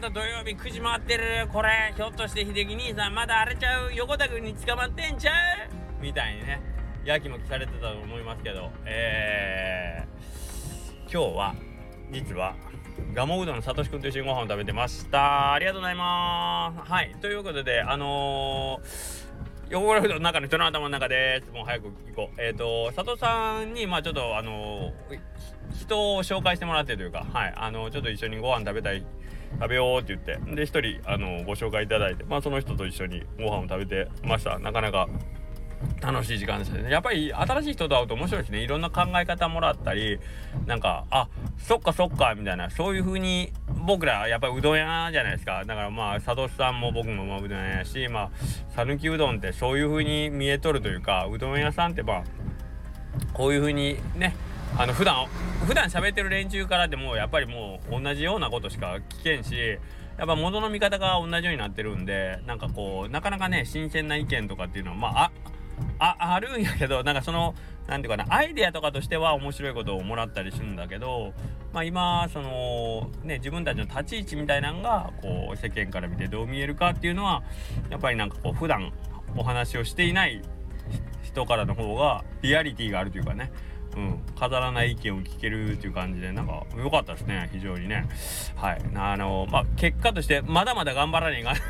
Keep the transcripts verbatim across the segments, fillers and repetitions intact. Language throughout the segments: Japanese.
だ土曜日くじ回ってる、これひょっとして秀樹兄さんまだ荒れちゃう、横田君に捕まってんちゃうみたいにねやきもきされてたと思いますけど、えー、今日は実はガモうどんのさとしくんと一緒にご飯を食べてました。ありがとうございます。はい、ということであのー横倉うどんの中の人の頭の中です。もう早く行こう。えっ、ー、と佐藤さんにまあちょっとあのー、人を紹介してもらってというか、はい、あのー、ちょっと一緒にご飯食べたい食べようって言ってで一人あのー、ご紹介いただいて、まあその人と一緒にご飯を食べてました。なかなか楽しい時間でしたね。やっぱり新しい人と会うと面白いですね。いろんな考え方もらったり、なんかあそっかそっかみたいな、そういう風に僕らやっぱりうどん屋じゃないですか。だからまあ佐藤さんも僕もまあうどん屋やし、まあ讃岐うどんってそういう風に見えとるというか、うどん屋さんってまあこういう風にね、あの普段普段喋ってる連中からでもやっぱりもう同じようなことしか聞けんし、やっぱ元の見方が同じようになってるんで、なんかこうなかなかね新鮮な意見とかっていうのはまあああ, あるんやけど、なんかそのなんていうかな、アイデアとかとしては面白いことをもらったりするんだけど、まあ今そのね自分たちの立ち位置みたいなのがこう世間から見てどう見えるかっていうのはやっぱりなんかこう普段お話をしていない人からの方がリアリティがあるというかね、うん、飾らない意見を聞けるっていう感じでなんか良かったですね、非常にね。はい、あのまあ結果としてまだまだ頑張らねえが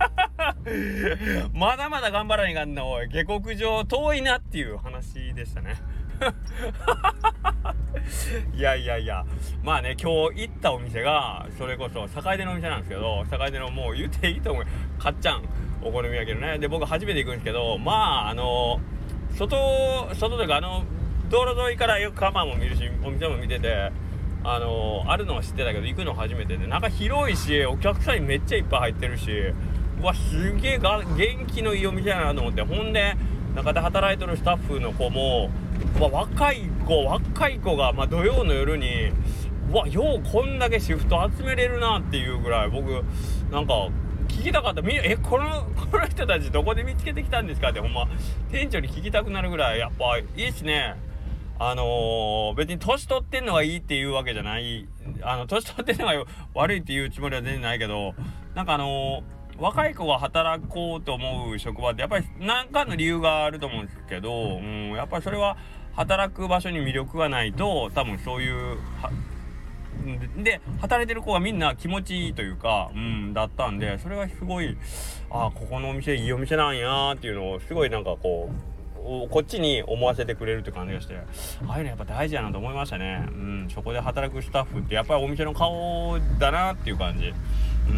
まだまだ頑張らねえかんな、おい下克上遠いなっていう話でしたねいやいやいや、まあね今日行ったお店がそれこそ坂出のお店なんですけど、坂出のもう言っていいと思うかっちゃんお好み焼きのね。で僕初めて行くんですけど、まああの外外というかあの道路沿いからよく看板も見るしお店も見てて、あのあるのは知ってたけど行くの初めてで、中広いしお客さんめっちゃいっぱい入ってるし、うわすげえが元気のいいお店だなと思って、ほんで中で働いてるスタッフの子もうわ若い子若い子が、まあ、土曜の夜にうわようこんだけシフト集めれるなっていうぐらい、僕なんか聞きたかった。みえこのこの人たちどこで見つけてきたんですかってほんま店長に聞きたくなるぐらいやっぱいいっすね。あのー、別に年取ってんのがいいっていうわけじゃない、あの年取ってんのが悪いっていうつもりは全然ないけど、なんかあのー、若い子が働こうと思う職場ってやっぱり何かの理由があると思うんですけど、うん、やっぱりそれは働く場所に魅力がないと多分そういうで働いてる子がみんな気持ちいいというか、うん、だったんで、それがすごいあここのお店いいお店なんやっていうのをすごいなんかこうこっちに思わせてくれるって感じがして、ああいうのやっぱ大事やなと思いましたね。うん、そこで働くスタッフってやっぱりお店の顔だなっていう感じ、うん、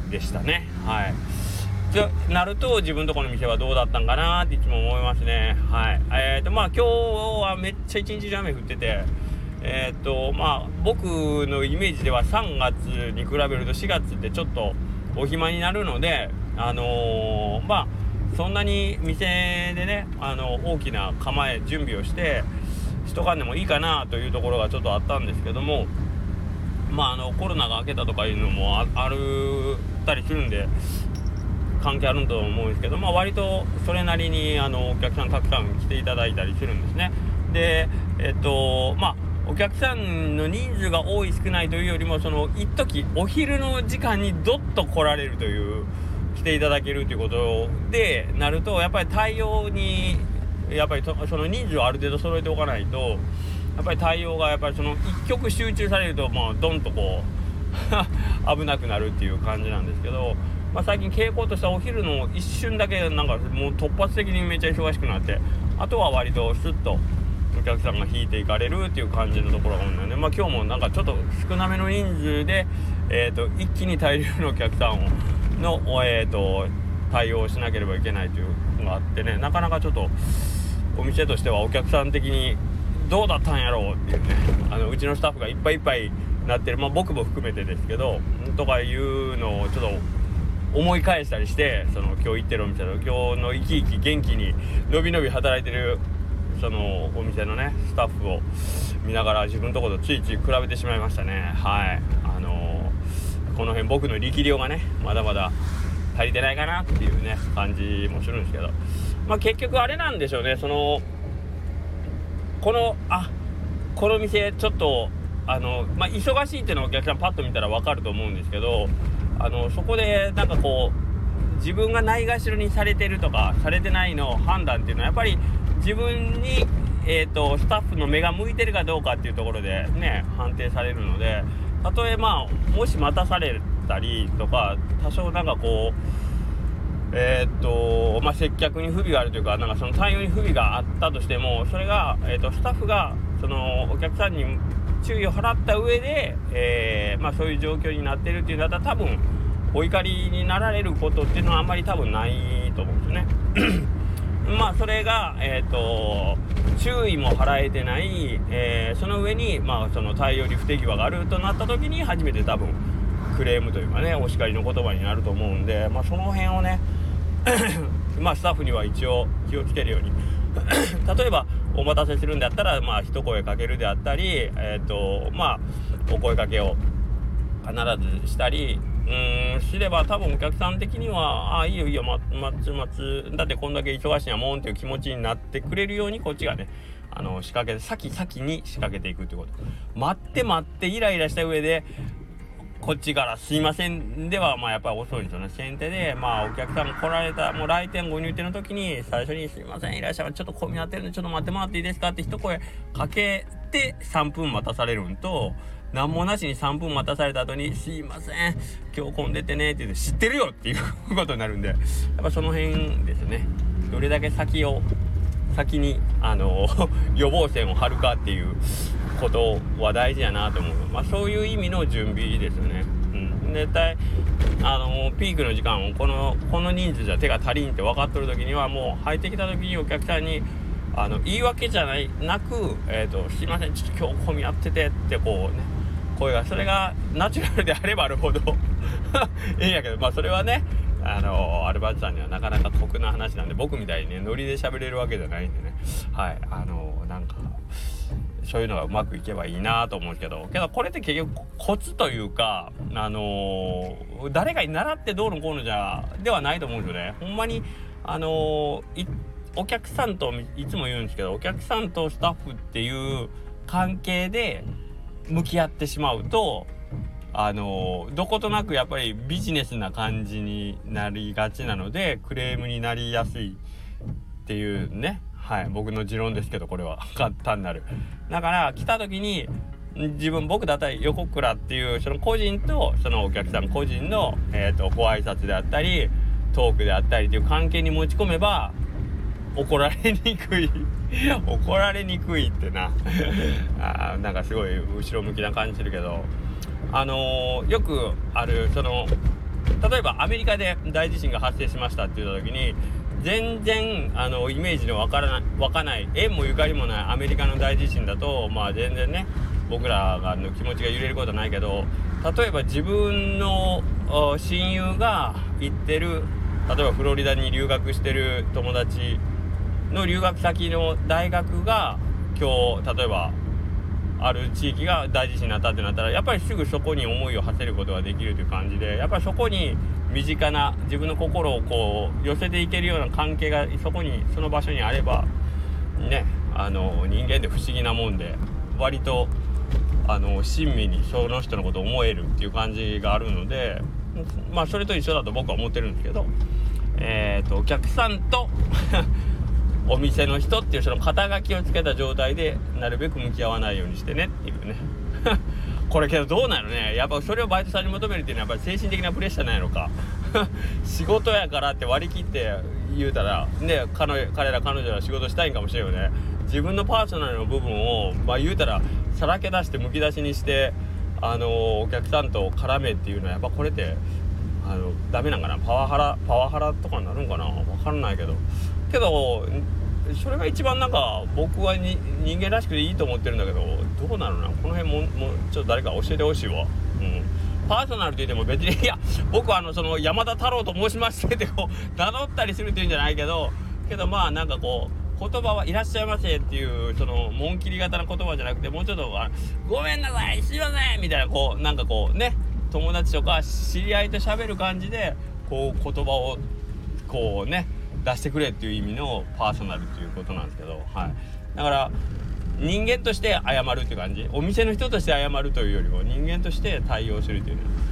でしたね。はい。となると自分とこの店はどうだったんかなっていつも思いますね。はい。えーとまあ今日はめっちゃ一日中雨降ってて、えーとまあ僕のイメージではさんがつに比べるとしがつってちょっとお暇になるので、あのー、まあそんなに店でねあの大きな構え準備をしてしとかんでもいいかなというところがちょっとあったんですけども、まああのコロナが明けたとかいうのも あ, あるたりするんで関係あると思うんですけど、まあ割とそれなりにあのお客さんたくさん来ていただいたりするんですね。でえっとまあお客さんの人数が多い少ないというよりも、その一時お昼の時間にどっと来られるという来ていただけるということでなると、やっぱり対応にやっぱりその人数をある程度揃えておかないと、やっぱり対応がやっぱりその一極集中されるとまあドンとこう危なくなるっていう感じなんですけど、まあ、最近傾向としてはお昼の一瞬だけなんかもう突発的にめっちゃ忙しくなって、あとは割とスッとお客さんが引いていかれるっていう感じのところが多いので、まあ今日もなんかちょっと少なめの人数で、えーと一気に大量のお客さんをの、えー、と対応しなければいけないというのがあってね、なかなかちょっとお店としてはお客さん的にどうだったんやろうっていうね、あのうちのスタッフがいっぱいいっぱいなってる、まあ僕も含めてですけどとかいうのをちょっと思い返したりして、その今日行ってるお店の今日の生き生き元気にのびのび働いてるそのお店のねスタッフを見ながら自分のところとついつい比べてしまいましたね。はい。あのー、この辺僕の力量がねまだまだ足りてないかなっていうね感じもするんですけど、まあ結局あれなんでしょうね、そのこのあこの店ちょっとあのまあ忙しいっていうのをお客さんパッと見たら分かると思うんですけど、 あのそこでなんかこう自分がないがしろにされてるとかされてないの判断っていうのはやっぱり自分に、えーと、スタッフの目が向いてるかどうかっていうところでね判定されるので、たとえまあもし待たされたりとか多少なんかこうえーっとまあ、接客に不備があるというか、なんかその対応に不備があったとしても、それが、えーっとスタッフがそのお客さんに注意を払った上で、えーまあ、そういう状況になっているっていうんだったら、多分お怒りになられることっていうのはあんまり多分ないと思うんですよねまあそれが、えーっと注意も払えてない、えー、その上に、まあ、その対応に不手際があるとなった時に初めて多分クレームというかね、お叱りの言葉になると思うんで、まあ、その辺をねまあスタッフには一応気をつけるように例えばお待たせするんだったら、まあ一声かけるであったり、えーとまあお声かけを必ずしたりうーんすれば、多分お客さん的にはあいいよいいよ待つ待つだってこんだけ忙しいやもんっていう気持ちになってくれるように、こっちがねあの仕掛け先先に仕掛けていくってこと。待って待ってイライラした上でこっちからすいませんではまあやっぱり遅いんですよね。先手でまあお客さん来られたもう来店ご入店の時に最初にすいませんいらっしゃいちょっと混み合ってるんでちょっと待ってもらっていいですかって一声かけてさんぷん待たされるんと、何もなしにさんぷん待たされた後にすいません今日混んでてねって言って知ってるよっていうことになるんで、やっぱその辺ですね。どれだけ先を先にあの予防線を張るかっていうことは大事やなと思う。まあそういう意味の準備ですよね。うん。絶対あのピークの時間をこのこの人数じゃ手が足りんって分かっとる時には、もう入ってきた時にお客さんにあの言い訳じゃないなく、えーと、すいませんちょっと今日混み合っててってこうね声が、それがナチュラルであればあるほどいいんやけど、まあそれはねあのアルバートさんにはなかなか酷な話なんで、僕みたいにねノリで喋れるわけじゃないんでね、はいあのなんかそういうのがうまくいけばいいなと思うけど、けどこれって結局コツというか、あのー、誰かに習ってどうのこうのじゃではないと思うんですよね。ほんまにあのー、お客さんといつも言うんですけど、お客さんとスタッフっていう関係で向き合ってしまうと、あのー、どことなくやっぱりビジネスな感じになりがちなので、クレームになりやすいっていうね、はい、僕の持論ですけど、これは単なるだから来た時に自分僕だったり横倉っていうその個人とそのお客さん個人の、えーと、ご挨拶であったりトークであったりっていう関係に持ち込めば怒られにくい怒られにくいってなあ、なんかすごい後ろ向きな感じするけど、あのー、よくあるその例えばアメリカで大地震が発生しましたって言った時に、全然あのイメージのわからないわかない縁もゆかりもないアメリカの大地震だと、まあ全然ね僕らがの気持ちが揺れることはないけど、例えば自分の親友が行ってる、例えばフロリダに留学してる友達の留学先の大学が今日例えばある地域が大地震になったってなったら、やっぱりすぐそこに思いを馳せることができるという感じで、やっぱりそこに身近な自分の心をこう寄せていけるような関係がそこにその場所にあればね、あの人間って不思議なもんで割とあの親身にその人のことを思えるっていう感じがあるので、まあそれと一緒だと僕は思ってるんですけど、えーとお客さんとお店の人っていうその肩書きをつけた状態でなるべく向き合わないようにしてねっていうねこれけどどうなのね、やっぱそれをバイトさんに求めるっていうのはやっぱり精神的なプレッシャーなんやろか仕事やからって割り切って言うたらね、彼, 彼ら彼女は仕事したいんかもしれんよね。自分のパーソナルの部分をまあ言うたらさらけ出してむき出しにしてあのー、お客さんと絡めっていうのはやっぱこれってあのダメなんかな、パワハラパワハラとかになるんかな、わかんないけどけどそれが一番なんか僕はに人間らしくていいと思ってるんだけど、どうなるなこの辺ももうちょっと誰か教えてほしいわ。うんパーソナルって言っても別にいや僕はあのその山田太郎と申しましてってこう名乗ったりするっていうんじゃないけどけどまあなんかこう言葉はいらっしゃいませっていうその紋切り型の言葉じゃなくて、もうちょっとごめんなさいすいませんみたいなこうなんかこうね友達とか知り合いと喋る感じでこう言葉をこうね出してくれっていう意味のパーソナルっていうことなんですけど、はい、だから人間として謝るっていう感じ、お店の人として謝るというよりも人間として対応するという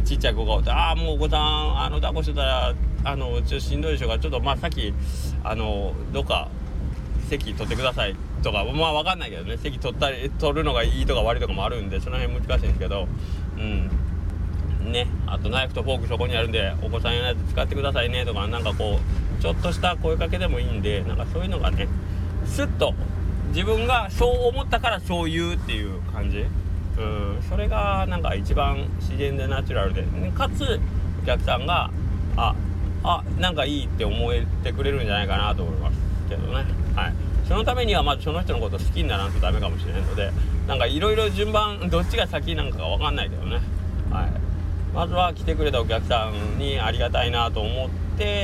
ちっちゃい子がおって、ああもうお子さんあの抱っこしてたらあのちょっとしんどいでしょうから、ちょっとまあさっきあのどっか席取ってくださいとか、まあ分かんないけどね、席取ったり取るのがいいとか悪いとかもあるんで、その辺難しいんですけど、うんね、あとナイフとフォークそこにあるんでお子さん用のやつ使ってくださいねとか、なんかこうちょっとした声かけでもいいんで、なんかそういうのがねスッと自分がそう思ったからそう言うっていう感じ、うん、それがなんか一番自然でナチュラルで、かつお客さんがああなんかいいって思えてくれるんじゃないかなと思いますけどね。はい、そのためにはまずその人のことを好きにならんとダメかもしれないので、なんかいろいろ順番どっちが先なんかが分かんないけどね、はい、まずは来てくれたお客さんにありがたいなと思って、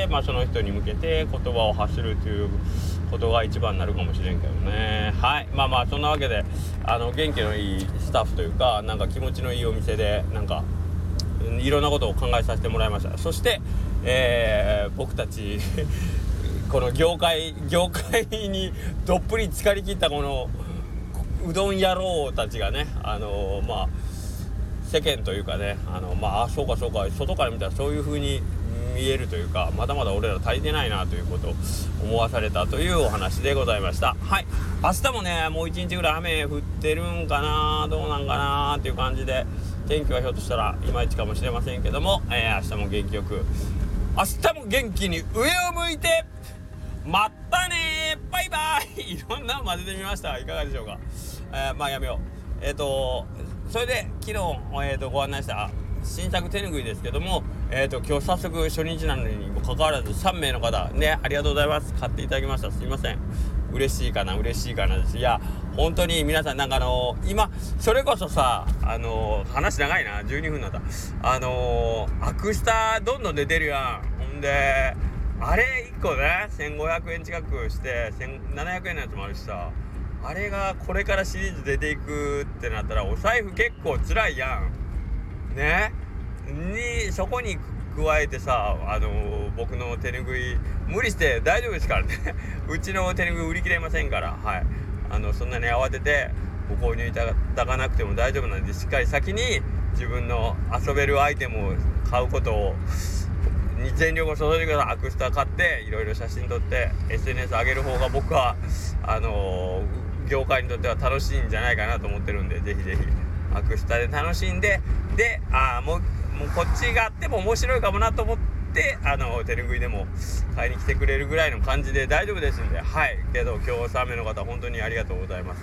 まあ、その人に向けて言葉を発するということが一番になるかもしれんけどね。はい、まあまあそんなわけであの元気のいいスタッフというか、なんか気持ちのいいお店でなんかいろんなことを考えさせてもらいました。そして、えー、僕たちこの業界業界にどっぷり浸かりきったこのうどん野郎たちがね、あのー、まあ世間というかね、あのまあそうかそうか外から見たらそういう風に見えるというか、まだまだ俺ら足りてないなということを思わされたというお話でございました。はい、明日もねもう一日ぐらい雨降ってるんかな、どうなんかなっていう感じで、天気はひょっとしたらいまいちかもしれませんけども、えー、明日も元気よく、明日も元気に上を向いてまったねー、バイバイいろんなの混ぜてみました。いかがでしょうか。えー、まあやめよう。えっ、ー、とそれで昨日、えー、とご案内した新作手ぬぐいですけども、えー、と今日早速初日なのにもかかわらずさんめいの方ね、ありがとうございます。買っていただきました。すいません、嬉しいかな嬉しいかなです。いや本当に皆さんなんかあのー、今それこそさ、あのー、話長いな、じゅうにふんになった。あのー、アクスタどんどん出てるやん。ほんであれいっこねせんごひゃくえん近くしてせんななひゃくえんのやつもあるしさ、あれがこれからシリーズ出ていくってなったらお財布結構辛いやんね。にそこに加えてさ、あのー、僕の手ぬぐい無理して大丈夫ですからねうちの手ぬぐい売り切れませんから、はい、あのそんなに慌ててご購入いただかなくても大丈夫なんで、しっかり先に自分の遊べるアイテムを買うことをに全力を注いでください。アクスタ買っていろいろ写真撮って エスエヌエス 上げる方が僕はあのー、業界にとっては楽しいんじゃないかなと思ってるんで、ぜひぜひアクスタで楽しんで、であもうもうこっちがあっても面白いかもなと思ってあの手ぬぐいでも買いに来てくれるぐらいの感じで大丈夫ですんで、はいけど今日さんめいの方本当にありがとうございます。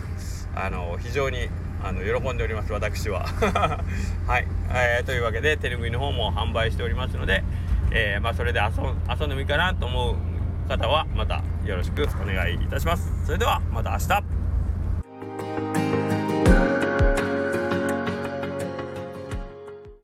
あの非常にあの喜んでおります私ははい、えー、というわけで手ぬぐいの方も販売しておりますので、えー、まあそれで遊遊んでもいいかなと思う方はまたよろしくお願いいたします。それではまた明日。